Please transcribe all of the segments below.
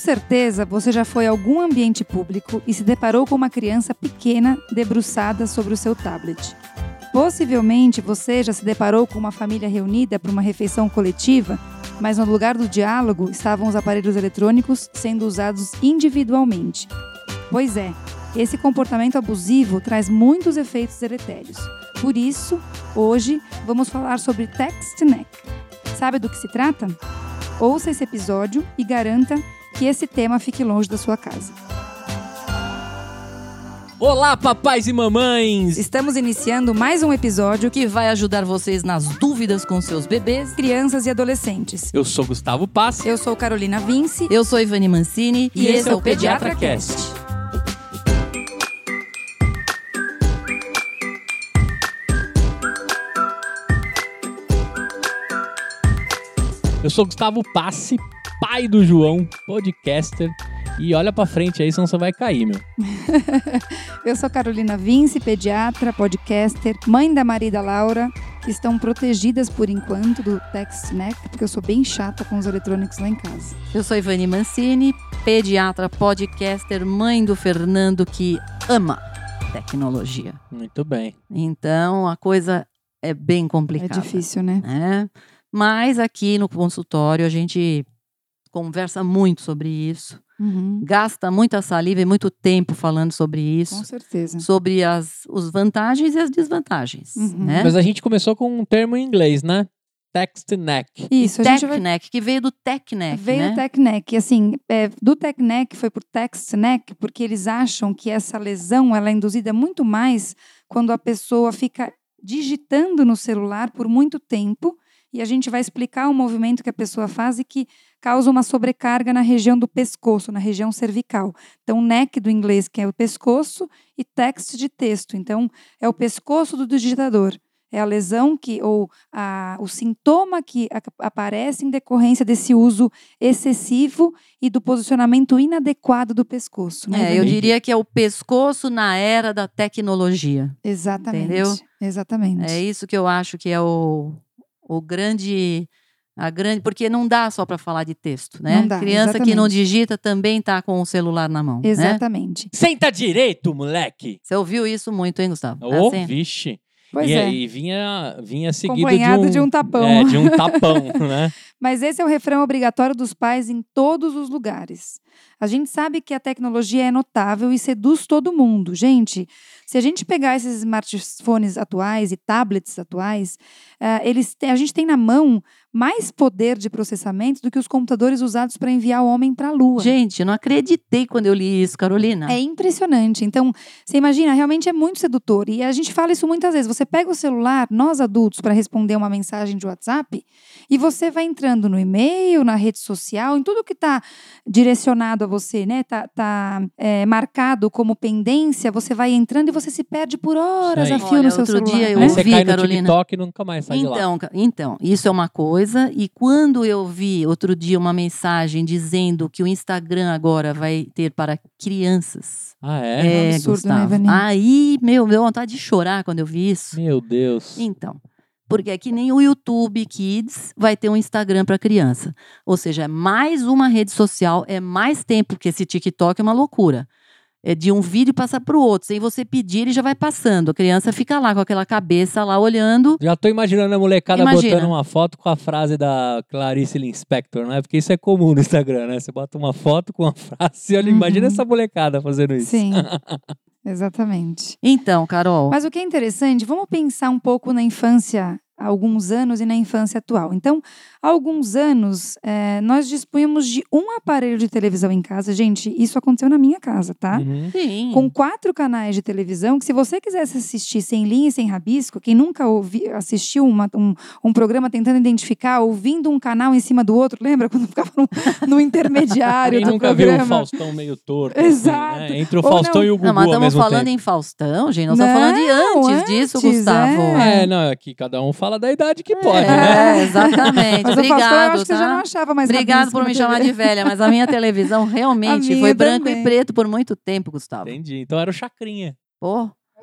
certeza você já foi a algum ambiente público e se deparou com uma criança pequena debruçada sobre o seu tablet. Possivelmente você já se deparou com uma família reunida para uma refeição coletiva, mas no lugar do diálogo estavam os aparelhos eletrônicos sendo usados individualmente. Pois é, esse comportamento abusivo traz muitos efeitos deletérios. Por isso, hoje vamos falar sobre Text Neck. Sabe do que se trata? Ouça esse episódio e garanta que esse tema fique longe da sua casa. Olá, papais e mamães! Estamos iniciando mais um episódio que vai ajudar vocês nas dúvidas com seus bebês, crianças e adolescentes. Eu sou Gustavo Passi. Eu sou Carolina Vince. Eu sou Ivani Mancini. E esse é o Pediatra Cast. Eu sou Gustavo Passi, pai do João, podcaster. E olha pra frente aí, senão você vai cair, meu. Eu sou Carolina Vince, pediatra, podcaster, mãe da Maria e da Laura, que estão protegidas por enquanto do Text Neck, porque eu sou bem chata com os eletrônicos lá em casa. Eu sou Ivani Mancini, pediatra, podcaster, mãe do Fernando, que ama tecnologia. Muito bem. Então, a coisa é bem complicada. É difícil, né? Mas aqui no consultório a gente conversa muito sobre isso. Gasta muita saliva e muito tempo falando sobre isso. Com certeza. Sobre os vantagens e as desvantagens. Né? Mas a gente começou com um termo em inglês, né? Text Neck. Isso, a gente vai... Neck, que veio do Tech Neck, Veio do Tech Neck. Assim, do Tech Neck foi por Text Neck, porque eles acham que essa lesão ela é induzida muito mais quando a pessoa fica digitando no celular por muito tempo. E a gente vai explicar o movimento que a pessoa faz e que causa uma sobrecarga na região do pescoço, na região cervical. Então, neck do inglês, que é o pescoço, e text de texto. Então, é o pescoço do digitador. É a lesão o sintoma que aparece em decorrência desse uso excessivo e do posicionamento inadequado do pescoço. Né, eu diria que é o pescoço na era da tecnologia. Exatamente. Entendeu? Exatamente. É isso que eu acho que é porque não dá só para falar de texto, né? Não dá, criança exatamente. Que não digita também está com o celular na mão. Exatamente. Né? Senta direito, moleque! Você ouviu isso muito, hein, Gustavo? Oh, vixe! Pois e vinha seguido acompanhado de um tapão. De um tapão, né? Mas esse é o refrão obrigatório dos pais em todos os lugares. A gente sabe que a tecnologia é notável e seduz todo mundo. Gente, se a gente pegar esses smartphones atuais e tablets atuais, a gente tem na mão mais poder de processamento do que os computadores usados para enviar o homem para a Lua. Gente, eu não acreditei quando eu li isso, Carolina. É impressionante. Então, você imagina, realmente é muito sedutor. E a gente fala isso muitas vezes. Você pega o celular, nós adultos, para responder uma mensagem de WhatsApp, e você vai entrando no e-mail, na rede social, em tudo que está direcionado a você, né? Tá marcado como pendência, você vai entrando e você se perde por horas a fio no seu celular. Outro dia eu Aí você ouvi, cai no Carolina. TikTok e nunca mais sai de lá. Então, isso é uma coisa. E quando eu vi outro dia uma mensagem dizendo que o Instagram agora vai ter para crianças. Ah, é? É um absurdo, Gustavo. né, Ivani? Aí, deu vontade de chorar quando eu vi isso. Meu Deus. Então, porque é que nem o YouTube Kids vai ter um Instagram para criança. Ou seja, é mais uma rede social, é mais tempo, porque esse TikTok é uma loucura. É de um vídeo passar para o outro. Sem você pedir, ele já vai passando. A criança fica lá com aquela cabeça lá olhando. Já tô imaginando a molecada botando uma foto com a frase da Clarice Lispector, né? Porque isso é comum no Instagram, né? Você bota uma foto com a frase. Olha, imagina essa molecada fazendo isso. Sim, exatamente. Então, Carol. Mas o que é interessante, vamos pensar um pouco na infância há alguns anos e na infância atual. Então, há alguns anos, nós dispunhamos de um aparelho de televisão em casa. Gente, isso aconteceu na minha casa, tá? Sim. Com 4 canais de televisão, que se você quisesse assistir sem linha e sem rabisco, quem nunca assistiu um programa tentando identificar, ouvindo um canal em cima do outro, lembra? Quando ficava no intermediário quem do nunca programa. viu o Faustão meio torto? Exato. Assim, né? Entre o Faustão e o Gugu Não, mas ao mesmo estamos falando tempo. em Faustão, gente. Nós estamos falando de antes disso, Gustavo. É que cada um fala da idade que pode, né? Exatamente. Mas o Faustão, eu acho que tá? você já não achava mais Obrigado por me chamar de velha, mas a minha televisão realmente foi branco também. e preto por muito tempo, Gustavo. Entendi. Então era o Chacrinha. Pô.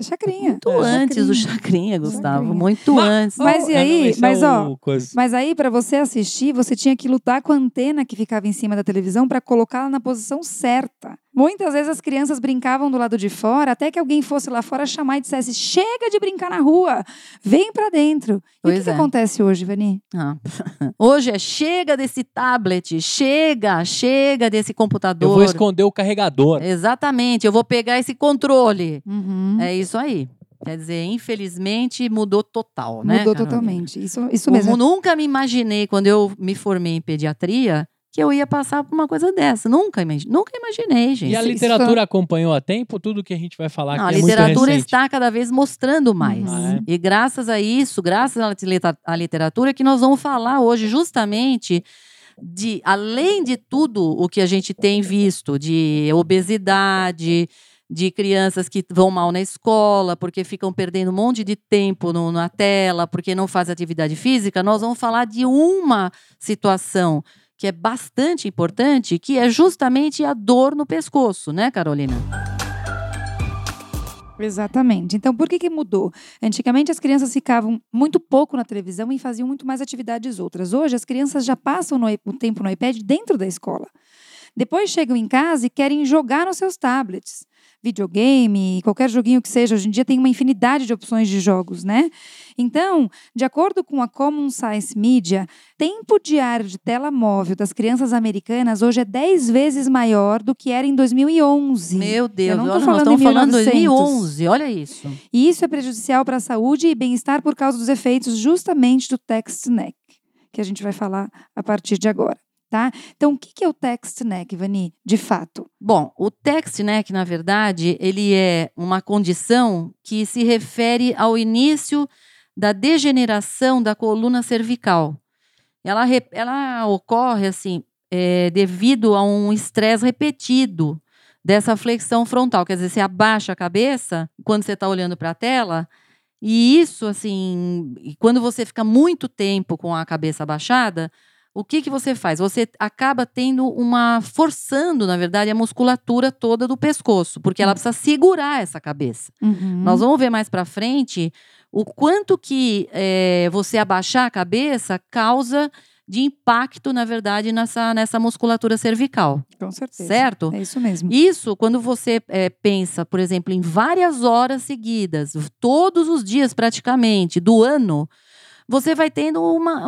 Chacrinha. Muito antes do Chacrinha, Gustavo. Muito antes. Mas e aí, mas aí para você assistir, você tinha que lutar com a antena que ficava em cima da televisão para colocá-la na posição certa. Muitas vezes as crianças brincavam do lado de fora, até que alguém fosse lá fora chamar e dissesse: chega de brincar na rua, vem para dentro. E o que acontece hoje, Vani? Hoje chega desse tablet, chega desse computador. Eu vou esconder o carregador. Exatamente, eu vou pegar esse controle. É isso aí. Quer dizer, infelizmente mudou total, né? Mudou totalmente, isso mesmo. Eu nunca me imaginei, quando eu me formei em pediatria, que eu ia passar por uma coisa dessa. Nunca imaginei, gente. E a literatura acompanhou a tempo tudo que a gente vai falar aqui? A literatura está cada vez mostrando mais. E graças a isso, graças à literatura, que nós vamos falar hoje justamente além de tudo o que a gente tem visto, de obesidade, de crianças que vão mal na escola, porque ficam perdendo um monte de tempo na tela, porque não fazem atividade física, nós vamos falar de uma situação que é bastante importante, que é justamente a dor no pescoço, né, Carolina? Exatamente. Então, por que mudou? Antigamente, as crianças ficavam muito pouco na televisão e faziam muito mais atividades outras. Hoje, as crianças já passam o tempo no iPad dentro da escola. Depois chegam em casa e querem jogar nos seus tablets. Videogame, qualquer joguinho que seja. Hoje em dia tem uma infinidade de opções de jogos, né? Então, de acordo com a Common Science Media, tempo diário de tela móvel das crianças americanas hoje é 10 vezes maior do que era em 2011. Meu Deus, nós estamos falando de 2011, olha isso. E isso é prejudicial para a saúde e bem-estar por causa dos efeitos justamente do text neck, que a gente vai falar a partir de agora. Tá? Então, o que é o text neck, Vani, de fato? Bom, o text neck, na verdade, ele é uma condição que se refere ao início da degeneração da coluna cervical. Ela ocorre, assim, devido a um estresse repetido dessa flexão frontal. Quer dizer, você abaixa a cabeça quando você está olhando para a tela, e isso, assim, quando você fica muito tempo com a cabeça abaixada, o que você faz? Você acaba forçando, na verdade, a musculatura toda do pescoço, porque ela precisa segurar essa cabeça. Nós vamos ver mais para frente o quanto que você abaixar a cabeça causa de impacto, na verdade, nessa musculatura cervical. Com certeza. Certo? É isso mesmo. Isso, quando você pensa, por exemplo, em várias horas seguidas, todos os dias praticamente, do ano, você vai tendo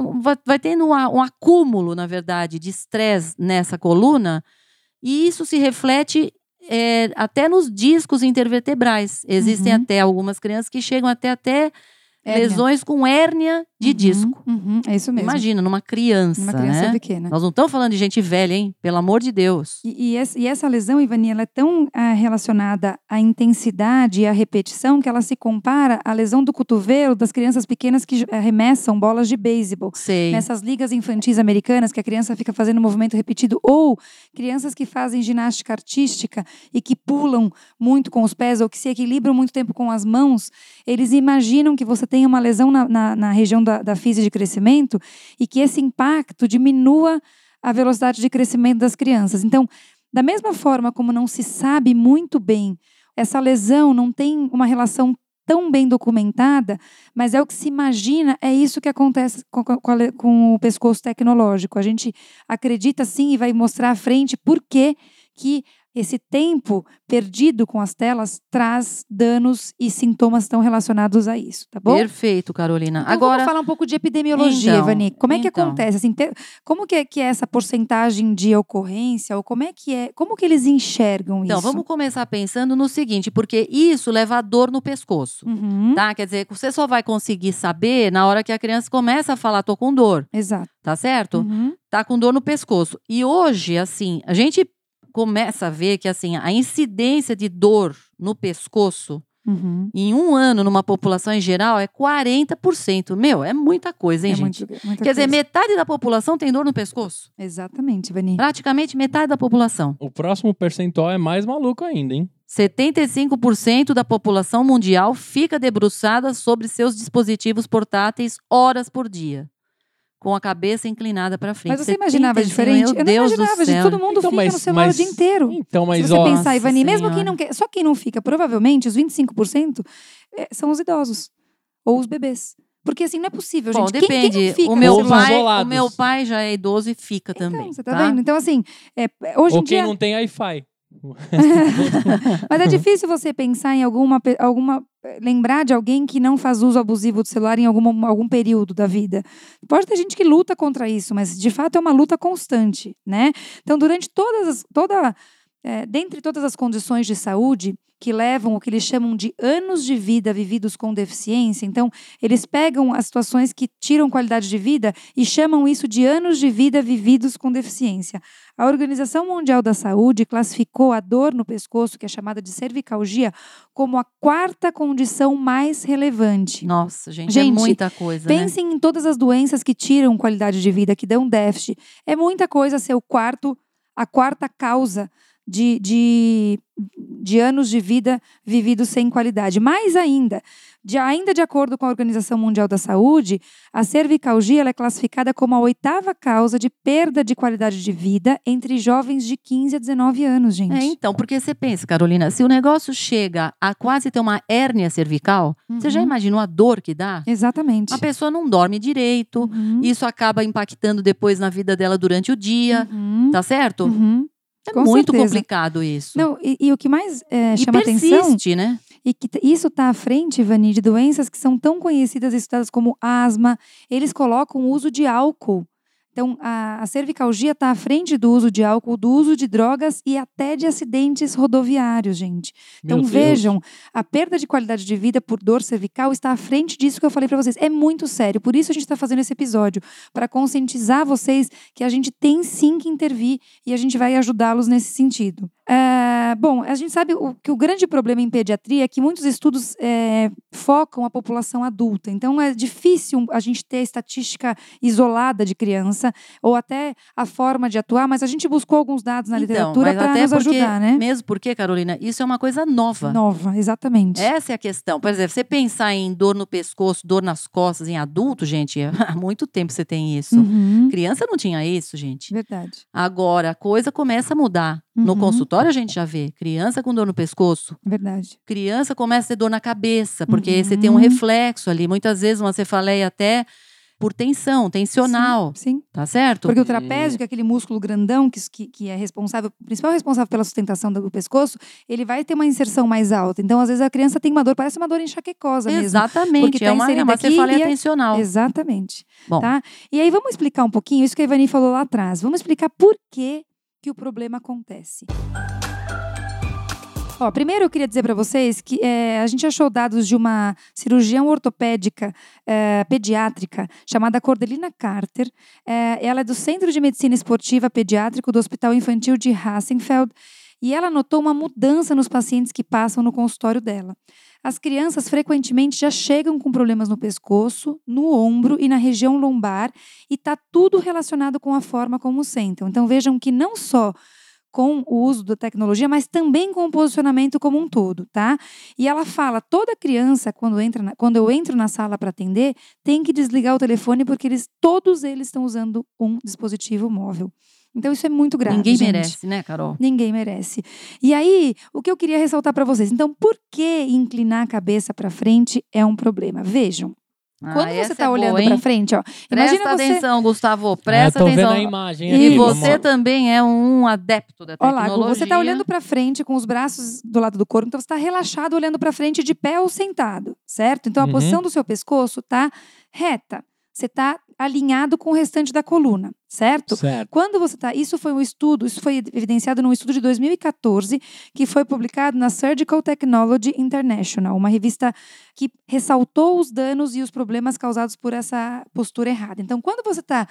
um acúmulo, na verdade, de estresse nessa coluna, e isso se reflete até nos discos intervertebrais. Existem até algumas crianças que chegam até lesões com hérnia de disco. É isso mesmo. Imagina, numa criança, né? Pequena. Nós não estamos falando de gente velha, hein? Pelo amor de Deus. E essa lesão, Ivani, ela é tão relacionada à intensidade e à repetição que ela se compara à lesão do cotovelo das crianças pequenas que arremessam bolas de beisebol. Sei. Nessas ligas infantis americanas que a criança fica fazendo um movimento repetido, ou crianças que fazem ginástica artística e que pulam muito com os pés ou que se equilibram muito tempo com as mãos, eles imaginam que você tem uma lesão na região da física de crescimento e que esse impacto diminua a velocidade de crescimento das crianças. Então, da mesma forma como não se sabe muito bem, essa lesão não tem uma relação tão bem documentada, mas é o que se imagina, é isso que acontece com o pescoço tecnológico. A gente acredita sim e vai mostrar à frente por que esse tempo perdido com as telas traz danos e sintomas tão relacionados a isso, tá bom? Perfeito, Carolina. Então, agora vamos falar um pouco de epidemiologia, Ivani. Como é que acontece? Assim, como que é essa porcentagem de ocorrência? Ou como que eles enxergam isso? Então, vamos começar pensando no seguinte, porque isso leva a dor no pescoço, tá? Quer dizer, você só vai conseguir saber na hora que a criança começa a falar, tô com dor. Exato. Tá certo? Tá com dor no pescoço. E hoje, assim, a gente começa a ver que assim, a incidência de dor no pescoço em um ano, numa população em geral, é 40%. Meu, é muita coisa, hein, gente? Quer dizer, metade da população tem dor no pescoço. Exatamente, Vani. Praticamente metade da população. O próximo percentual é mais maluco ainda, hein? 75% da população mundial fica debruçada sobre seus dispositivos portáteis horas por dia. com a cabeça inclinada para frente. Mas você imaginava diferente? Eu não imaginava, gente. Todo mundo fica no celular o dia inteiro. Então, mas, se você pensar, Ivani, mesmo quem não quer, só quem não fica, provavelmente, os 25% são os idosos. Ou os bebês. Porque assim, não é possível, gente. Depende. Quem não fica o meu pai já é idoso e fica então, também. Você tá vendo? Então, assim, hoje em dia... Ou quem não tem Wi-Fi. Mas é difícil você pensar em lembrar de alguém que não faz uso abusivo do celular em algum período da vida. Pode ter gente que luta contra isso, mas de fato é uma luta constante, né? Então, durante dentre todas as condições de saúde que levam o que eles chamam de anos de vida vividos com deficiência, então eles pegam as situações que tiram qualidade de vida e chamam isso de anos de vida vividos com deficiência. A Organização Mundial da Saúde classificou a dor no pescoço, que é chamada de cervicalgia, como a 4ª condição mais relevante. Nossa, gente, é muita coisa, pensem em todas as doenças que tiram qualidade de vida, que dão déficit. É muita coisa ser a 4ª causa de anos de vida vividos sem qualidade. Mais ainda, de acordo com a Organização Mundial da Saúde, a cervicalgia ela é classificada como a 8ª causa de perda de qualidade de vida entre jovens de 15 a 19 anos, gente. Então, porque você pensa, Carolina, se o negócio chega a quase ter uma hérnia cervical, você já imaginou a dor que dá? Exatamente. A pessoa não dorme direito, isso acaba impactando depois na vida dela durante o dia, tá certo? É muito complicado isso. Não, e o que mais chama atenção... né? E que isso está à frente, Ivani, de doenças que são tão conhecidas e estudadas como asma. Eles colocam o uso de álcool. Então, a cervicalgia está à frente do uso de álcool, do uso de drogas e até de acidentes rodoviários, gente. Então, vejam, a perda de qualidade de vida por dor cervical está à frente disso que eu falei para vocês. É muito sério. Por isso a gente está fazendo esse episódio, para conscientizar vocês que a gente tem sim que intervir e a gente vai ajudá-los nesse sentido. Bom, a gente sabe que o grande problema em pediatria é que muitos estudos focam a população adulta. Então, é difícil a gente ter estatística isolada de criança ou até a forma de atuar, mas a gente buscou alguns dados na literatura para nos ajudar, né? Mesmo porque, Carolina, isso é uma coisa nova. Nova, exatamente. Essa é a questão. Por exemplo, você pensar em dor no pescoço, dor nas costas, em adulto, gente, há muito tempo você tem isso. Criança não tinha isso, gente. Verdade. Agora, a coisa começa a mudar. No consultório a gente já vê criança com dor no pescoço. Verdade. Criança começa a ter dor na cabeça, porque você tem um reflexo ali. Muitas vezes uma cefaleia até por tensão, tensional. Sim. Tá certo? Porque o trapézio, que é aquele músculo grandão que é responsável, o principal responsável pela sustentação do pescoço, ele vai ter uma inserção mais alta. Então, às vezes, a criança tem uma dor, parece uma dor enxaquecosa mesmo. Exatamente. Porque tá uma cefaleia tensional. Exatamente. Bom. Tá? E aí, vamos explicar um pouquinho isso que a Ivani falou lá atrás. Vamos explicar por que o problema acontece. Primeiro eu queria dizer para vocês que a gente achou dados de uma cirurgiã ortopédica pediátrica chamada Cordelina Carter. Ela é do Centro de Medicina Esportiva Pediátrico do Hospital Infantil de Hassenfeld e ela notou uma mudança nos pacientes que passam no consultório dela. As crianças frequentemente já chegam com problemas no pescoço, no ombro e na região lombar e está tudo relacionado com a forma como sentam. Então vejam que não só com o uso da tecnologia, mas também com o posicionamento como um todo, tá? E ela fala, toda criança, quando eu entro na sala para atender, tem que desligar o telefone porque todos eles estão usando um dispositivo móvel. Então, isso é muito grave, Ninguém gente. merece, né, Carol? Ninguém merece. E aí, o que eu queria ressaltar para vocês? Então, por que inclinar a cabeça para frente é um problema? Vejam. Quando você está olhando para frente, presta atenção, Gustavo, presta atenção. Tô vendo a imagem e aqui, você também é um adepto da tecnologia. Olá, você está olhando para frente com os braços do lado do corpo, então você está relaxado olhando para frente de pé ou sentado, certo? Então a posição do seu pescoço está reta. Você está alinhado com o restante da coluna, certo? Quando você está... Isso foi evidenciado num estudo de 2014, que foi publicado na Surgical Technology International, uma revista que ressaltou os danos e os problemas causados por essa postura errada. Então, quando você está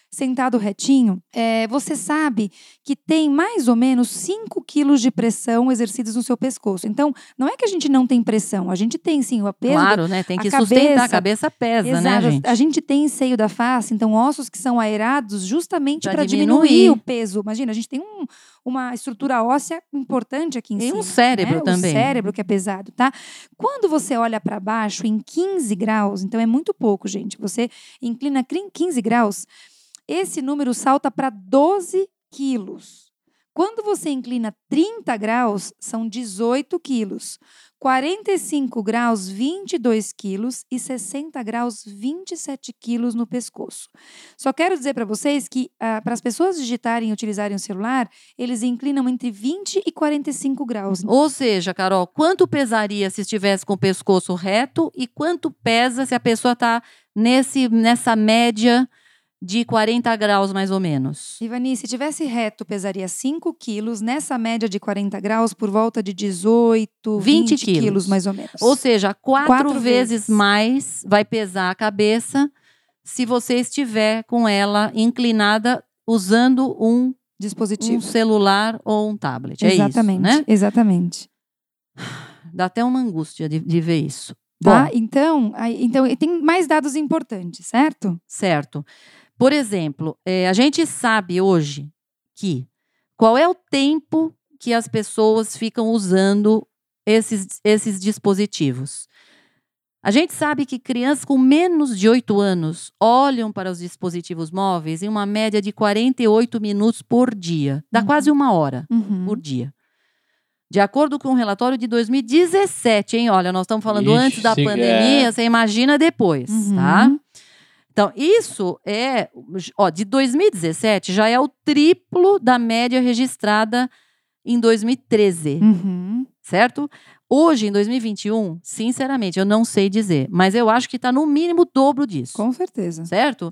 sentado retinho, você sabe que tem mais ou menos 5 quilos de pressão exercidos no seu pescoço. Então, não é que a gente não tem pressão, a gente tem sim o peso. Claro, né? Tem que sustentar, a cabeça pesa, exato, né, gente? A gente tem seio da face, então ossos que são aerados justamente para diminuir o peso. Imagina, a gente tem uma estrutura óssea importante aqui em cima. E um cérebro também. O cérebro que é pesado, tá? Quando você olha para baixo em 15 graus, então é muito pouco, gente. Você inclina 15 graus, esse número salta para 12 quilos. Quando você inclina 30 graus, são 18 quilos. 45 graus, 22 quilos e 60 graus, 27 quilos no pescoço. Só quero dizer para vocês que, para as pessoas digitarem e utilizarem o celular, eles inclinam entre 20 e 45 graus. Ou seja, Carol, quanto pesaria se estivesse com o pescoço reto e quanto pesa se a pessoa está nessa média de 40 graus, mais ou menos? Ivani, se tivesse reto, pesaria 5 quilos. Nessa média de 40 graus, por volta de 18, 20 quilos, mais ou menos. Ou seja, 4 vezes mais vai pesar a cabeça se você estiver com ela inclinada usando um dispositivo, um celular ou um tablet. Exatamente, é isso, né? Exatamente. Dá até uma angústia de ver isso. Tá? Então, tem mais dados importantes, certo? Certo. Por exemplo, a gente sabe hoje qual é o tempo que as pessoas ficam usando esses dispositivos. A gente sabe que crianças com menos de 8 anos olham para os dispositivos móveis em uma média de 48 minutos por dia. Dá quase 1 hora por dia. De acordo com um relatório de 2017, hein? Olha, nós estamos falando antes da pandemia, você imagina depois, tá? Então, isso de 2017 já é o triplo da média registrada em 2013, certo? Hoje, em 2021, sinceramente, eu não sei dizer, mas eu acho que está no mínimo o dobro disso. Com certeza. Certo?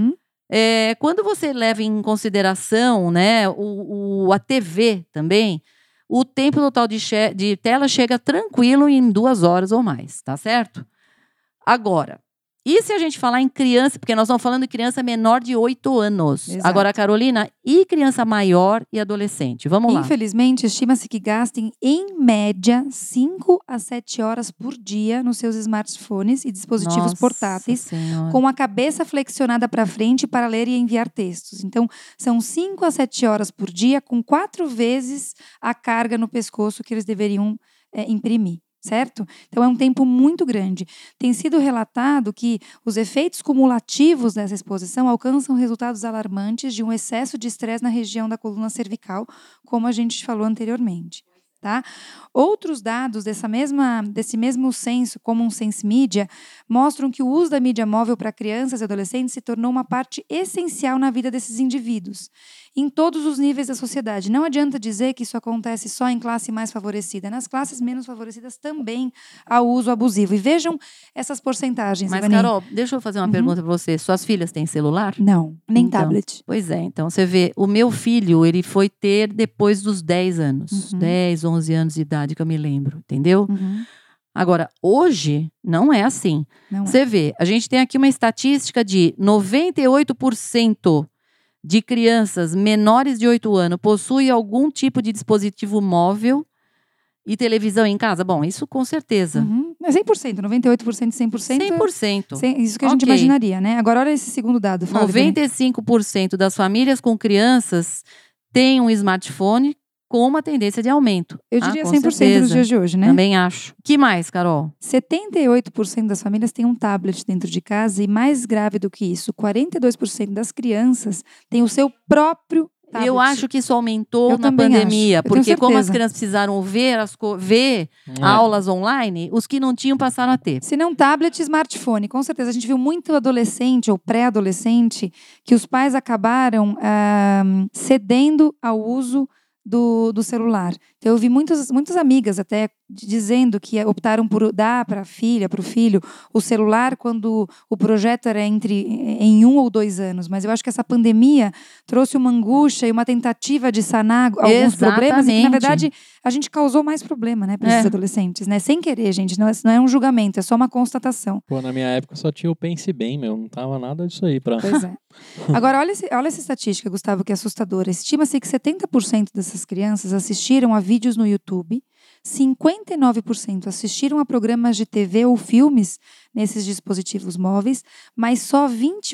Quando você leva em consideração, né, a TV também, o tempo total de tela chega tranquilo em 2 horas ou mais, tá certo? Agora, e se a gente falar em criança, porque nós estamos falando de criança menor de 8 anos. Exato. Agora, Carolina, e criança maior e adolescente? Vamos lá. Infelizmente, estima-se que gastem, em média, 5 a 7 horas por dia nos seus smartphones e dispositivos portáteis, com a cabeça flexionada para frente para ler e enviar textos. Então, são 5 a 7 horas por dia, com 4 vezes a carga no pescoço que eles deveriam imprimir. Certo? Então, é um tempo muito grande. Tem sido relatado que os efeitos cumulativos dessa exposição alcançam resultados alarmantes de um excesso de estresse na região da coluna cervical, como a gente falou anteriormente. Tá? Outros dados desse mesmo censo, Common Sense Media, mostram que o uso da mídia móvel para crianças e adolescentes se tornou uma parte essencial na vida desses indivíduos, em todos os níveis da sociedade. Não adianta dizer que isso acontece só em classe mais favorecida. Nas classes menos favorecidas também há uso abusivo. E vejam essas porcentagens. Mas, Ivani. Carol, deixa eu fazer uma pergunta para você. Suas filhas têm celular? Não, nem tablet. Pois é, então você vê, o meu filho, ele foi ter depois dos 10 anos. 10, 11 anos de idade, que eu me lembro, entendeu? Agora, hoje, não é assim. Você vê, a gente tem aqui uma estatística de 98% de crianças menores de 8 anos possuem algum tipo de dispositivo móvel e televisão em casa. Bom, isso com certeza. É 100%, 98%, 100%. 100%. Isso que a gente imaginaria, né? Agora, olha esse segundo dado. Fala, 95% das famílias com crianças têm um smartphone com uma tendência de aumento. Eu diria 100% nos dias de hoje, né? Também acho. Que mais, Carol? 78% das famílias têm um tablet dentro de casa e, mais grave do que isso, 42% das crianças têm o seu próprio tablet. Eu acho que isso aumentou na pandemia, porque como as crianças precisaram ver aulas online, os que não tinham passaram a ter. Se não tablet, smartphone. Com certeza, a gente viu muito adolescente ou pré-adolescente que os pais acabaram cedendo ao uso do celular. Então, eu vi muitas amigas até dizendo que optaram por dar para a filha, para o filho, o celular quando o projeto era em 1 ou 2 anos. Mas eu acho que essa pandemia trouxe uma angústia e uma tentativa de sanar alguns problemas, e que, na verdade, a gente causou mais problema, né, para esses adolescentes, né? Sem querer, gente, não é um julgamento, é só uma constatação. Pô, na minha época só tinha o Pense Bem, não tava nada disso aí pra... Pois é. Agora, olha essa estatística, Gustavo, que é assustadora. Estima-se que 70% dessas crianças assistiram a vídeos no YouTube, 59% assistiram a programas de TV ou filmes nesses dispositivos móveis, mas só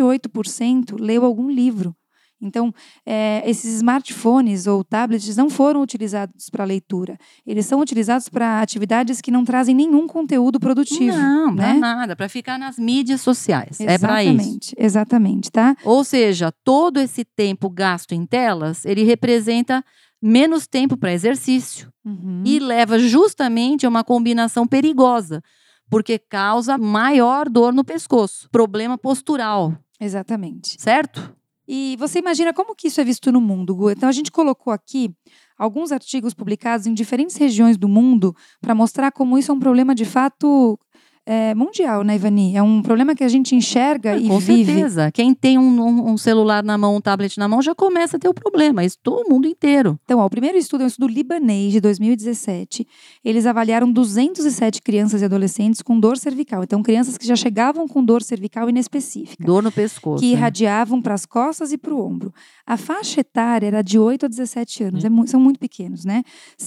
28% leu algum livro. Então, esses smartphones ou tablets não foram utilizados para leitura. Eles são utilizados para atividades que não trazem nenhum conteúdo produtivo. Não, né? nada. Para ficar nas mídias sociais. É para isso. Exatamente, tá? Ou seja, todo esse tempo gasto em telas, ele representa menos tempo para exercício. E leva justamente a uma combinação perigosa, porque causa maior dor no pescoço. Problema postural. Exatamente. Certo? E você imagina como que isso é visto no mundo, Gu? Então, a gente colocou aqui alguns artigos publicados em diferentes regiões do mundo para mostrar como isso é um problema, de fato, mundial, né, Ivani? É um problema que a gente enxerga e com vive. Com certeza. Quem tem um celular na mão, um tablet na mão, já começa a ter o problema. Isso todo mundo inteiro. Então, o primeiro estudo é um estudo libanês de 2017. Eles avaliaram 207 crianças e adolescentes com dor cervical. Então, crianças que já chegavam com dor cervical inespecífica. Dor no pescoço. Que irradiavam para as costas e para o ombro. A faixa etária era de 8 a 17 anos. São muito pequenos, né?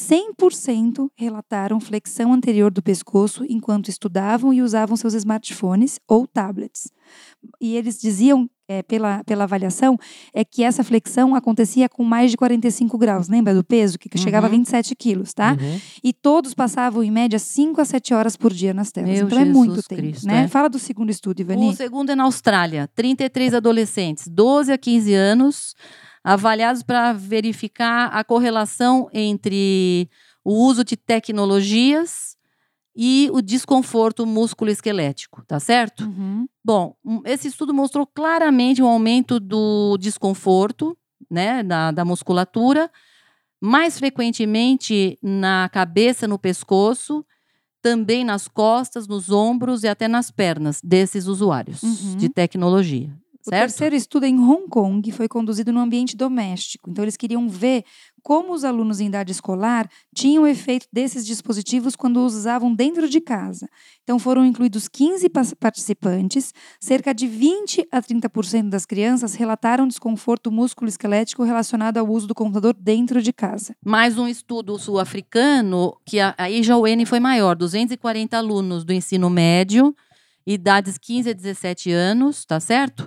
100% relataram flexão anterior do pescoço enquanto estudavam e usavam seus smartphones ou tablets. E eles diziam, pela avaliação, que essa flexão acontecia com mais de 45 graus. Lembra do peso? Que chegava a 27 quilos, tá? E todos passavam, em média, 5 a 7 horas por dia nas telas. Então, é muito tempo, Cristo, né? Fala do segundo estudo, Ivani. O segundo é na Austrália. 33 adolescentes, 12 a 15 anos, avaliados para verificar a correlação entre o uso de tecnologias e o desconforto musculoesquelético, tá certo? Bom, esse estudo mostrou claramente um aumento do desconforto, né, da musculatura, mais frequentemente na cabeça, no pescoço, também nas costas, nos ombros e até nas pernas desses usuários de tecnologia. O terceiro estudo é em Hong Kong, foi conduzido no ambiente doméstico. Então, eles queriam ver como os alunos em idade escolar tinham o efeito desses dispositivos quando os usavam dentro de casa. Então, foram incluídos 15 participantes, cerca de 20 a 30% das crianças relataram desconforto musculoesquelético relacionado ao uso do computador dentro de casa. Mais um estudo sul-africano, que aí já o N foi maior, 240 alunos do ensino médio, idades 15 a 17 anos, tá certo?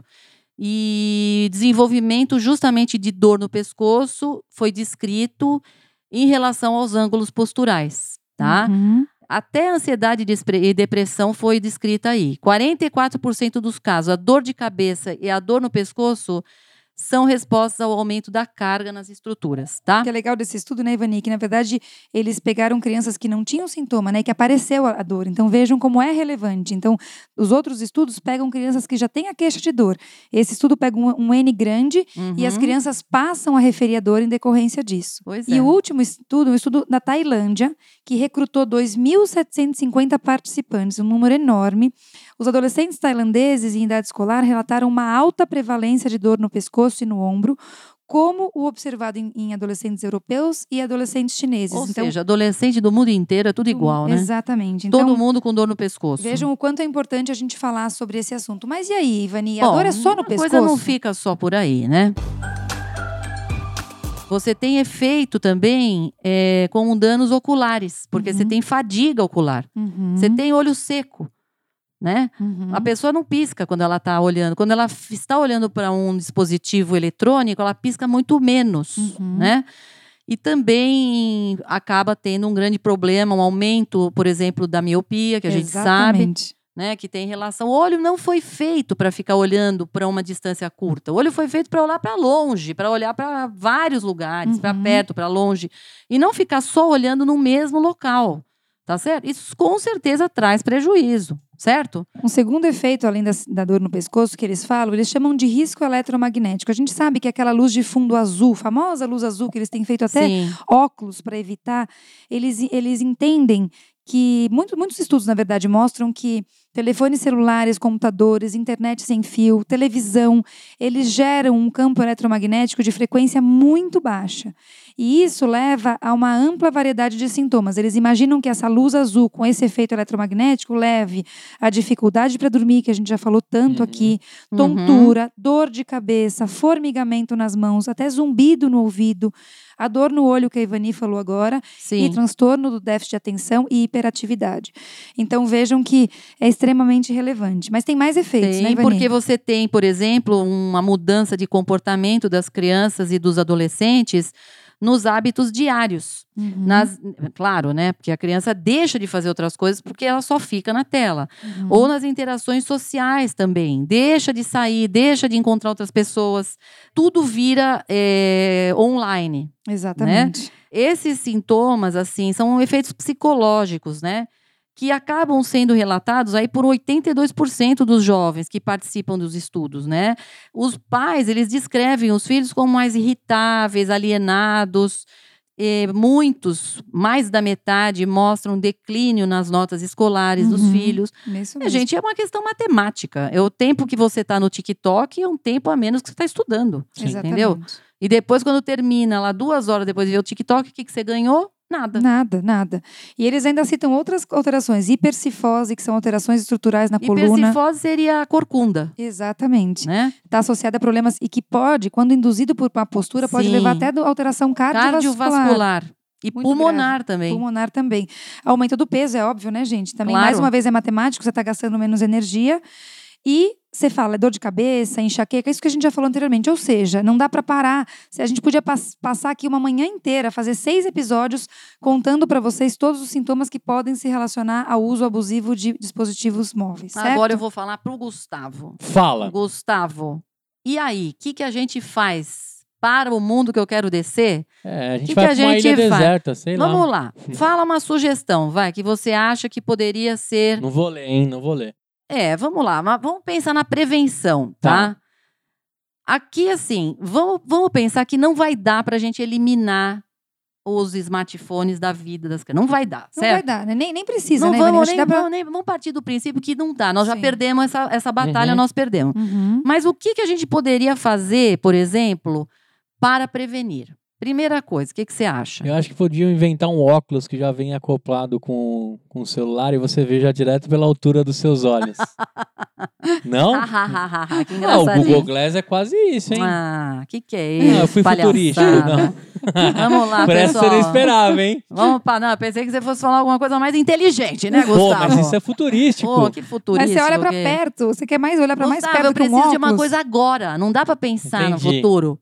E desenvolvimento justamente de dor no pescoço foi descrito em relação aos ângulos posturais, tá? Até ansiedade e depressão foi descrita aí. 44% dos casos, a dor de cabeça e a dor no pescoço são respostas ao aumento da carga nas estruturas, tá? O que é legal desse estudo, né, Ivani, que na verdade eles pegaram crianças que não tinham sintoma, né, que apareceu a dor. Então vejam como é relevante. Então os outros estudos pegam crianças que já têm a queixa de dor. Esse estudo pega um N grande e as crianças passam a referir a dor em decorrência disso. E o último estudo, um estudo da Tailândia, que recrutou 2.750 participantes, um número enorme. Os adolescentes tailandeses em idade escolar relataram uma alta prevalência de dor no pescoço e no ombro, como o observado em adolescentes europeus e adolescentes chineses. Ou seja, adolescente do mundo inteiro é tudo igual, né? Exatamente. Então, todo mundo com dor no pescoço. Vejam o quanto é importante a gente falar sobre esse assunto. Mas e aí, Ivani? A dor é só no pescoço? A coisa não fica só por aí, né? Você tem efeito também com danos oculares, porque você tem fadiga ocular. Você tem olho seco. Né? A pessoa não pisca quando ela está olhando. Quando ela está olhando para um dispositivo eletrônico, ela pisca muito menos, né? E também acaba tendo um grande problema, um aumento, por exemplo, da miopia, que a gente sabe, né? Que tem relação. O olho não foi feito para ficar olhando para uma distância curta. O olho foi feito para olhar para longe, para olhar para vários lugares, para perto, para longe. E não ficar só olhando no mesmo local. Tá certo? Isso com certeza traz prejuízo. certo? Um segundo efeito, além da dor no pescoço, que eles falam, eles chamam de risco eletromagnético. A gente sabe que aquela luz de fundo azul, famosa luz azul, que eles têm feito até óculos para evitar, eles entendem que muitos estudos, na verdade, mostram que telefones celulares, computadores, internet sem fio, televisão, eles geram um campo eletromagnético de frequência muito baixa. E isso leva a uma ampla variedade de sintomas. Eles imaginam que essa luz azul, com esse efeito eletromagnético, leve a dificuldade para dormir, que a gente já falou tanto aqui, tontura, dor de cabeça, formigamento nas mãos, até zumbido no ouvido, a dor no olho, que a Ivani falou agora, e transtorno do déficit de atenção e hiperatividade. Então, vejam que é extremamente relevante. Mas tem mais efeitos, né, Ivani? Porque você tem, por exemplo, uma mudança de comportamento das crianças e dos adolescentes nos hábitos diários. Claro, né? Porque a criança deixa de fazer outras coisas porque ela só fica na tela. Ou nas interações sociais também. Deixa de sair, deixa de encontrar outras pessoas. Tudo vira online. Exatamente. Né? Esses sintomas, assim, são efeitos psicológicos, né? Que acabam sendo relatados aí por 82% dos jovens que participam dos estudos, né? Os pais, eles descrevem os filhos como mais irritáveis, alienados. Muitos, mais da metade, mostram declínio nas notas escolares dos filhos. Gente, é uma questão matemática. É o tempo que você está no TikTok é um tempo a menos que você está estudando. Entendeu? E depois, quando termina lá 2 horas depois de ver o TikTok, o que você ganhou? Nada. E eles ainda citam outras alterações. Hipercifose, que são alterações estruturais na coluna. Hipercifose seria a corcunda. Exatamente. Né? Está associada a problemas e que pode, quando induzido por uma postura, pode levar até a alteração cardiovascular. E pulmonar também. Pulmonar também. Aumento do peso, é óbvio, né, gente? Também, mais uma vez, é matemático, você está gastando menos energia. E você fala, dor de cabeça, enxaqueca, isso que a gente já falou anteriormente. Ou seja, não dá para parar. A gente podia passar aqui uma manhã inteira, fazer 6 episódios contando para vocês todos os sintomas que podem se relacionar ao uso abusivo de dispositivos móveis, certo? Agora eu vou falar pro Gustavo. Fala. Gustavo, e aí, o que a gente faz para o mundo que eu quero descer? A gente vai para uma ilha deserta, sei lá. Vamos lá. Fala uma sugestão, que você acha que poderia ser... Não vou ler, hein? Não vou ler. Vamos lá, mas vamos pensar na prevenção, tá? Aqui, assim, vamos pensar que não vai dar pra gente eliminar os smartphones da vida das crianças. Não vai dar, certo? Não vai dar, né? Nem precisa, não né? Vamos partir do princípio que não dá. Nós já perdemos essa batalha, nós perdemos. Mas o que a gente poderia fazer, por exemplo, para prevenir? Primeira coisa, o que você acha? Eu acho que podiam inventar um óculos que já vem acoplado com o celular e você vê já direto pela altura dos seus olhos. Não? Que engraçadinho. O Google Glass é quase isso, hein? Que é isso? Eu fui futurístico, não. Vamos lá, Parece pessoal. que você não esperava, hein? Não, pensei que você fosse falar alguma coisa mais inteligente, né, Gustavo? Mas isso é futurístico. Que futurístico. Mas você olha pra perto, você quer mais olhar pra mais perto eu que um preciso óculos. de uma coisa agora, não dá pra pensar no futuro.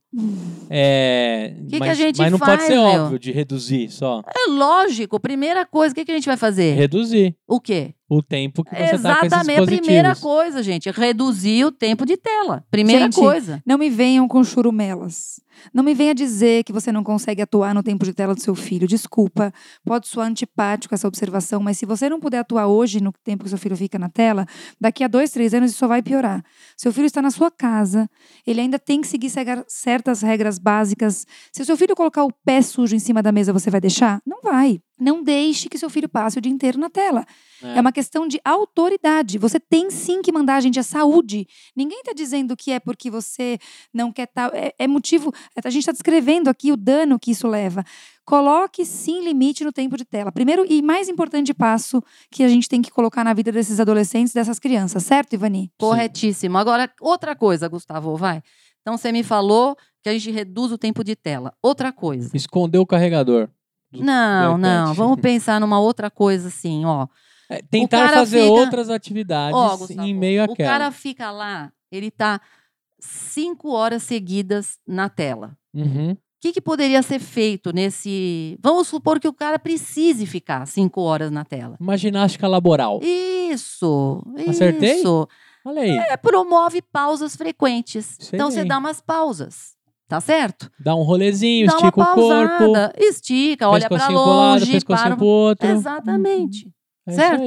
Que a gente mas não faz, pode ser óbvio de reduzir só. É lógico, primeira coisa, o que a gente vai fazer? Reduzir. O quê? O tempo que você tá com esses dispositivos. Exatamente, a primeira coisa, gente, reduzir o tempo de tela. Primeira coisa. Não me venham com churumelas. Não me venha dizer que você não consegue atuar no tempo de tela do seu filho. Desculpa, pode soar antipático essa observação, mas se você não puder atuar hoje no tempo que seu filho fica na tela, daqui a 2, 3 anos isso só vai piorar. Seu filho está na sua casa, ele ainda tem que seguir certas regras básicas. Se o seu filho colocar o pé sujo em cima da mesa, você vai deixar? Não vai. Não deixe que seu filho passe o dia inteiro na tela. É uma questão de autoridade. Você tem sim que mandar a gente a saúde. Ninguém está dizendo que é porque você não quer estar... É motivo... A gente está descrevendo aqui o dano que isso leva. Coloque sim limite no tempo de tela. Primeiro e mais importante passo que a gente tem que colocar na vida desses adolescentes, dessas crianças. Certo, Ivani? Corretíssimo. Agora, outra coisa, Gustavo, vai. Então, você me falou que a gente reduz o tempo de tela. Outra coisa. Esconder o carregador. Não. Vamos pensar numa outra coisa assim, ó. Tentar fazer outras atividades Gustavo, em meio àquela. O cara fica lá, ele tá 5 horas seguidas na tela. O que poderia ser feito nesse... Vamos supor que o cara precise ficar 5 horas na tela. Uma ginástica laboral. Isso. Acertei? Olha aí. Promove pausas frequentes. Então, você dá umas pausas. Tá certo? Dá um rolezinho, estica o corpo. Estica, olha pra longe. Pescocinho pro outro. Exatamente. É certo? Isso aí.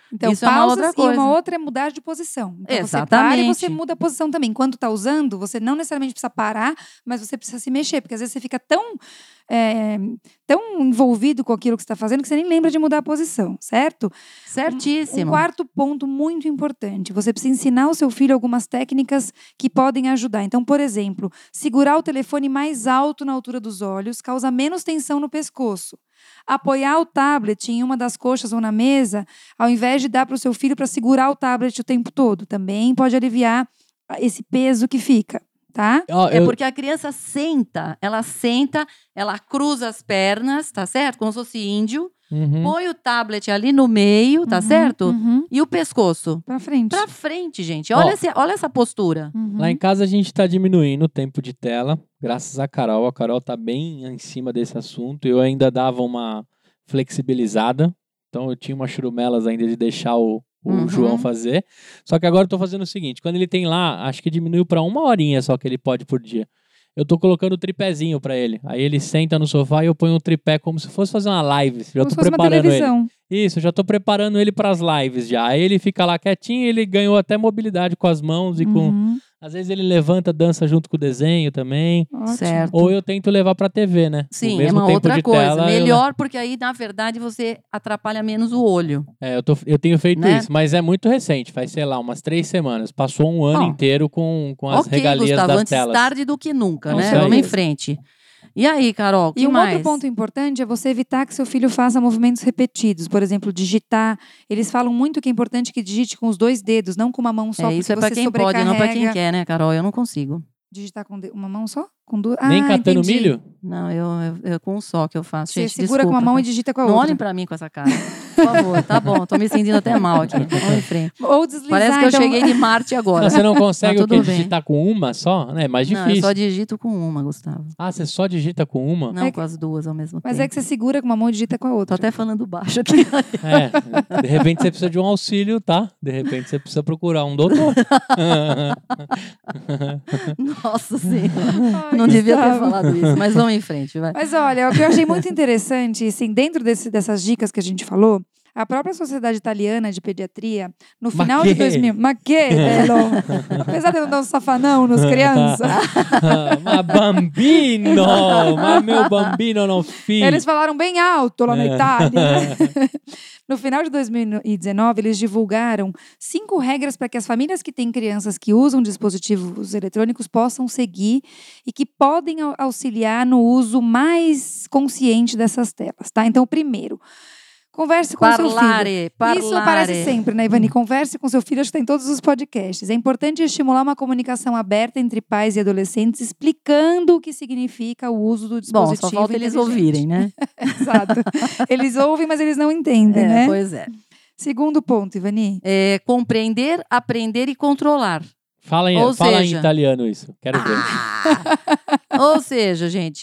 Então, isso é uma outra coisa. E uma outra é mudar de posição. Então, Exatamente. você para e você muda a posição também. Enquanto está usando, você não necessariamente precisa parar, mas você precisa se mexer. Porque às vezes você fica tão envolvido com aquilo que você está fazendo que você nem lembra de mudar a posição, certo? Certíssimo. Um quarto ponto muito importante. Você precisa ensinar ao seu filho algumas técnicas que podem ajudar. Então, por exemplo, segurar o telefone mais alto na altura dos olhos causa menos tensão no pescoço. Apoiar o tablet em uma das coxas ou na mesa, ao invés de dar para o seu filho para segurar o tablet o tempo todo, também pode aliviar esse peso que fica. Tá? Porque a criança ela cruza as pernas, tá certo? Como se fosse índio. Põe o tablet ali no meio, tá certo? E o pescoço? Pra frente. Pra frente, gente. Olha essa postura. Lá em casa a gente tá diminuindo o tempo de tela, graças à Carol. A Carol tá bem em cima desse assunto. Eu ainda dava uma flexibilizada. Então eu tinha umas churumelas ainda de deixar o João fazer. Só que agora eu tô fazendo o seguinte, quando ele tem lá, acho que diminuiu pra 1 horinha só que ele pode por dia. Eu tô colocando o tripézinho pra ele. Aí ele senta no sofá e eu ponho um tripé como se fosse fazer uma live. Já tô preparando ele. Isso, já tô preparando ele pras lives já. Aí ele fica lá quietinho, ele ganhou até mobilidade com as mãos e com... Às vezes ele levanta, dança junto com o desenho também. Certo. Ou eu tento levar pra TV, né? Sim, é uma outra coisa. Melhor, porque aí, na verdade, você atrapalha menos o olho. Eu tenho feito isso, mas é muito recente. Faz, sei lá, umas 3 semanas. Passou um ano inteiro com as regalias Gustavo, das antes telas. Tarde do que nunca, né? Vamos em frente. E aí, Carol, que mais? Outro ponto importante é você evitar que seu filho faça movimentos repetidos. Por exemplo, digitar. Eles falam muito que é importante que digite com os 2 dedos, não com uma mão só. Isso é pra quem pode, não pra quem quer, né, Carol? Eu não consigo. Digitar com uma mão só? Com 2? Nem catando milho? Não, eu com um só que eu faço. Você gente, segura desculpa, com uma mão e digita com a outra. Não olhem pra mim com essa cara. Por favor, tá bom. Tô me sentindo até mal aqui. Vamos em frente. Ou deslizar. Parece que eu cheguei de Marte agora. Você não consegue digitar com uma só? É mais difícil. Não, eu só digito com uma, Gustavo. Ah, você só digita com uma? Não, com as duas ao mesmo tempo. Mas é que você segura com uma mão e digita com a outra. Tô até falando baixo aqui. De repente você precisa de um auxílio, tá? De repente você precisa procurar um doutor. Nossa Senhora. Não devia ter falado isso, mas vamos em frente, vai. Mas olha, o que eu achei muito interessante, assim, dentro dessas dicas que a gente falou, a própria Sociedade Italiana de Pediatria, no final de 2000... Ma che, bello! Apesar de eu não dar um safanão nos crianças. Ma bambino! Ma meu bambino não fica. Eles falaram bem alto lá na Itália. Né? No final de 2019, eles divulgaram 5 regras para que as famílias que têm crianças que usam dispositivos eletrônicos possam seguir e que podem auxiliar no uso mais consciente dessas telas, tá? Então, primeiro, converse com seu filho. Isso aparece sempre, né, Ivani? Converse com seu filho, acho que tem todos os podcasts. É importante estimular uma comunicação aberta entre pais e adolescentes, explicando o que significa o uso do dispositivo. Bom, só falta eles ouvirem, né? Exato. Eles ouvem, mas eles não entendem, né? Pois é. Segundo ponto, Ivani. Compreender, aprender e controlar. Fala em italiano isso, quero ver. Ou seja, gente,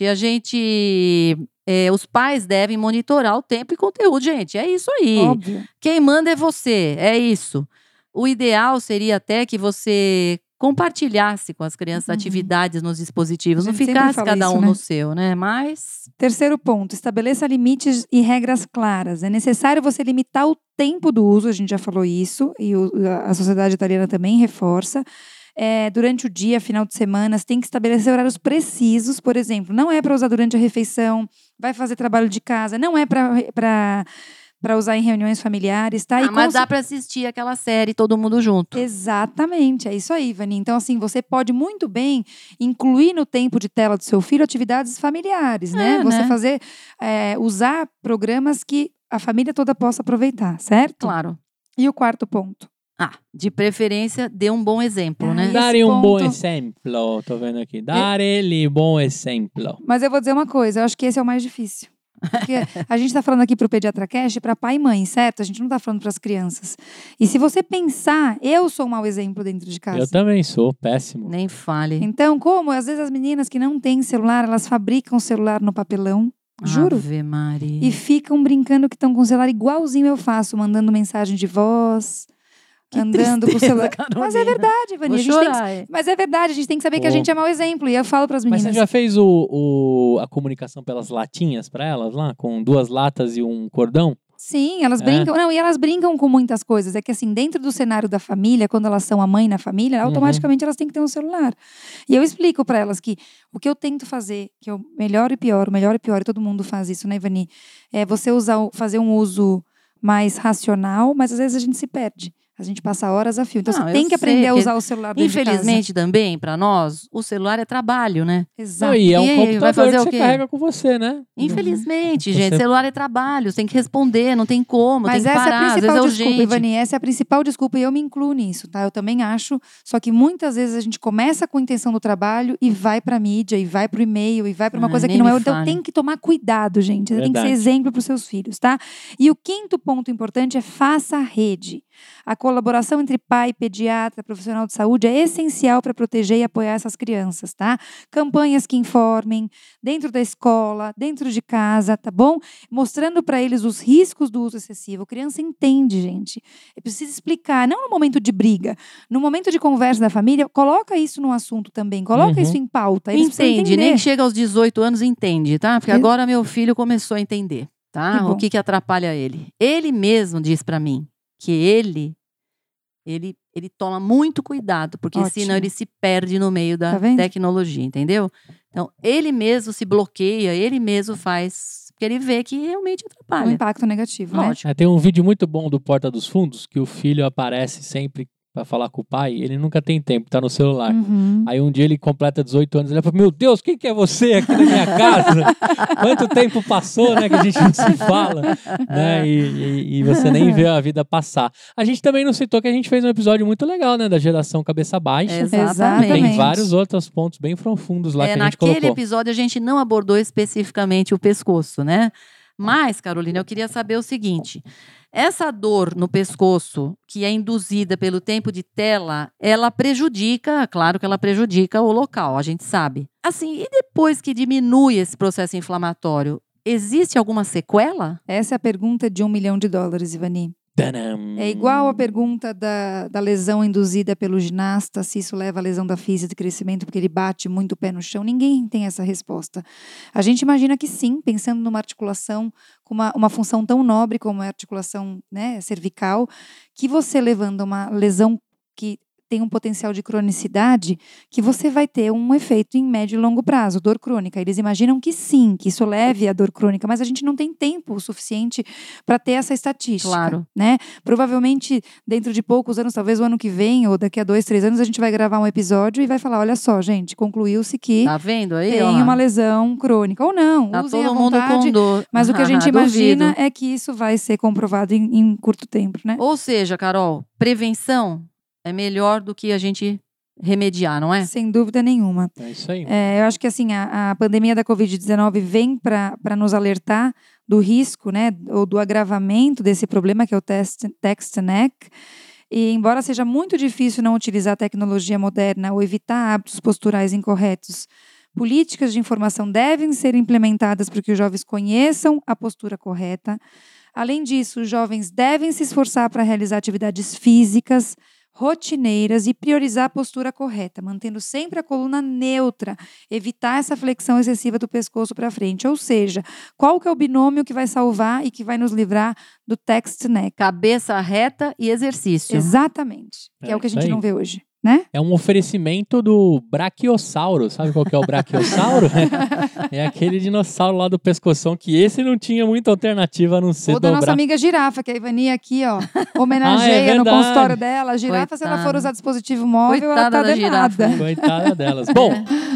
os pais devem monitorar o tempo e conteúdo, gente. É isso aí. Óbvio. Quem manda é você, é isso. O ideal seria até que você compartilhasse com as crianças atividades nos dispositivos, não ficasse cada um no seu, né? Mas... Terceiro ponto, estabeleça limites e regras claras. É necessário você limitar o tempo do uso, a gente já falou isso, e a Sociedade Italiana também reforça. Durante o dia, final de semana, você tem que estabelecer horários precisos, por exemplo, não é para usar durante a refeição, vai fazer trabalho de casa, não é para usar em reuniões familiares, tá? Mas dá para assistir aquela série todo mundo junto. Exatamente, é isso aí, Vani. Então, assim, você pode muito bem incluir no tempo de tela do seu filho atividades familiares, né? Você fazer, usar programas que a família toda possa aproveitar, certo? Claro. E o quarto ponto? De preferência, dê um bom exemplo, né? Dare um bom exemplo, tô vendo aqui. Dare-lhe bom exemplo. Mas eu vou dizer uma coisa, eu acho que esse é o mais difícil. Porque a gente está falando aqui para o Pediatra Cash, para pai e mãe, certo? A gente não está falando para as crianças. E se você pensar, eu sou um mau exemplo dentro de casa. Eu também sou, péssimo. Nem fale. Então, como às vezes as meninas que não têm celular, elas fabricam o celular no papelão. Juro. Ave Maria. E ficam brincando que estão com o celular igualzinho eu faço, mandando mensagem de voz... andando com o celular. Carolina. Mas é verdade, Vani. Mas é verdade, a gente tem que saber que a gente é mau exemplo. E eu falo para as meninas. Mas você já fez a comunicação pelas latinhas para elas lá? Com 2 latas e um cordão? Sim, elas brincam. Não, e elas brincam com muitas coisas. É que assim, dentro do cenário da família, quando elas são a mãe na família, automaticamente elas têm que ter um celular. E eu explico para elas que o que eu tento fazer, que é o melhor e pior, e todo mundo faz isso, né, Ivani? É você fazer um uso mais racional, mas às vezes a gente se perde. A gente passa horas a fio. Então, você tem que aprender a usar o celular dentro de casa. Infelizmente, também, para nós, o celular é trabalho, né? Exato. E é um computador vai fazer que o você quê? carrega com você, né? Infelizmente, gente. Celular é trabalho. Você tem que responder, não tem como, Mas tem que essa parar. é a Às vezes principal é desculpa, urgente. Ivani. Essa é a principal desculpa e eu me incluo nisso, tá? Eu também acho. Só que muitas vezes a gente começa com a intenção do trabalho e vai pra mídia, e vai pro e-mail, e vai pra uma coisa que nem não é. me Então fale. tem que tomar cuidado, gente. Você tem que ser Verdade. exemplo pros seus filhos, tá? E o quinto ponto importante é faça a rede. A colaboração entre pai, pediatra, profissional de saúde é essencial para proteger e apoiar essas crianças, tá? Campanhas que informem, dentro da escola, dentro de casa, tá bom? Mostrando para eles os riscos do uso excessivo. A criança entende, gente. É preciso explicar, não no momento de briga, no momento de conversa da família, coloca isso no assunto também, coloca isso em pauta. Eles precisam Entende, entender. nem chega aos 18 anos, entende, tá? Porque agora meu filho começou a entender, Que tá? bom. O que atrapalha ele. Ele mesmo diz pra mim que ele toma muito cuidado, porque Ótimo. senão ele se perde no meio da Tá vendo? tecnologia, entendeu? Então, ele mesmo se bloqueia, ele mesmo faz, porque ele vê que realmente Um atrapalha. impacto negativo, né? Lógico. Tem um vídeo muito bom do Porta dos Fundos, que o filho aparece sempre pra falar com o pai, ele nunca tem tempo, tá no celular. Uhum. Aí um dia ele completa 18 anos, ele fala, meu Deus, quem que é você aqui na minha casa? Quanto tempo passou, né, que a gente não se fala, né, e você nem vê a vida passar. A gente também não citou que a gente fez um episódio muito legal, né, da geração cabeça baixa. Exatamente. Tem vários outros pontos bem profundos lá que a gente Naquele colocou. episódio a gente não abordou especificamente o pescoço, né? Mas, Carolina, eu queria saber o seguinte. Essa dor no pescoço, que é induzida pelo tempo de tela, ela prejudica, claro que ela prejudica o local, a gente sabe. Assim, e depois que diminui esse processo inflamatório, existe alguma sequela? Essa é a pergunta de $1 milhão, Ivani. Tadam. É igual a pergunta da lesão induzida pelo ginasta, se isso leva à lesão da física de crescimento, porque ele bate muito o pé no chão. Ninguém tem essa resposta. A gente imagina que sim, pensando numa articulação com uma função tão nobre como a articulação, né, cervical, que você levando uma lesão que tem um potencial de cronicidade, que você vai ter um efeito em médio e longo prazo, dor crônica. Eles imaginam que sim, que isso leve à dor crônica, mas a gente não tem tempo suficiente para ter essa estatística. Claro. Né? Provavelmente, dentro de poucos anos, talvez o ano que vem, ou daqui a 2, 3 anos, a gente vai gravar um episódio e vai falar, olha só, gente, concluiu-se que Tá vendo aí? tem Ó lá. uma lesão crônica. Ou não, Tá usem todo à mundo vontade, com dor. mas o que a gente Duvido. imagina é que isso vai ser comprovado em curto tempo, né? Ou seja, Carol, prevenção é melhor do que a gente remediar, não é? Sem dúvida nenhuma. É isso aí. Eu acho que assim, a pandemia da Covid-19 vem para nos alertar do risco, né, ou do agravamento desse problema, que é o text neck. E embora seja muito difícil não utilizar a tecnologia moderna ou evitar hábitos posturais incorretos, políticas de informação devem ser implementadas para que os jovens conheçam a postura correta. Além disso, os jovens devem se esforçar para realizar atividades físicas, rotineiras e priorizar a postura correta, mantendo sempre a coluna neutra, evitar essa flexão excessiva do pescoço para frente. Ou seja, qual que é o binômio que vai salvar e que vai nos livrar do text neck? Cabeça reta e exercício. Exatamente, que é o que a isso gente aí. não vê hoje, né? É um oferecimento do Brachiosauro. Sabe qual que é o Brachiosauro? É aquele dinossauro lá do pescoção, que esse não tinha muita alternativa a não ser Ou da nossa dobrar. amiga girafa, que a Ivani aqui, ó, homenageia no verdade. consultório dela. A girafa, se ela for Coitada. usar dispositivo móvel, ela Coitada tá da girafa. danada. Coitada delas. Bom,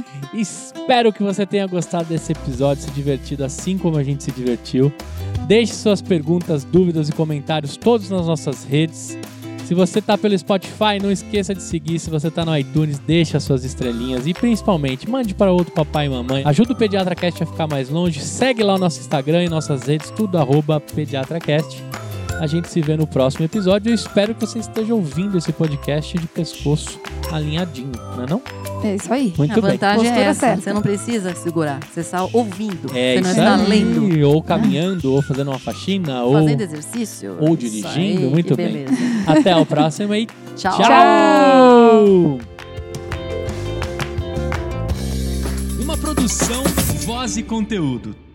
espero que você tenha gostado desse episódio, se divertido assim como a gente se divertiu. Deixe suas perguntas, dúvidas e comentários todos nas nossas redes. Se você tá pelo Spotify, não esqueça de seguir. Se você tá no iTunes, deixa as suas estrelinhas. E principalmente, mande para outro papai e mamãe. Ajuda o PediatraCast a ficar mais longe. Segue lá o nosso Instagram e nossas redes, tudo @PediatraCast. A gente se vê no próximo episódio. Eu espero que você esteja ouvindo esse podcast de pescoço alinhadinho, não é não? É isso aí. Muito A bem. vantagem é Postura essa. certa. Você não precisa segurar. Você está ouvindo. É você não isso está aí. lendo. Ou caminhando, ou fazendo uma faxina, ou Fazendo exercício. ou Isso dirigindo, aí, muito que bem. beleza. Até a próxima e Tchau. tchau! Uma produção, voz e conteúdo.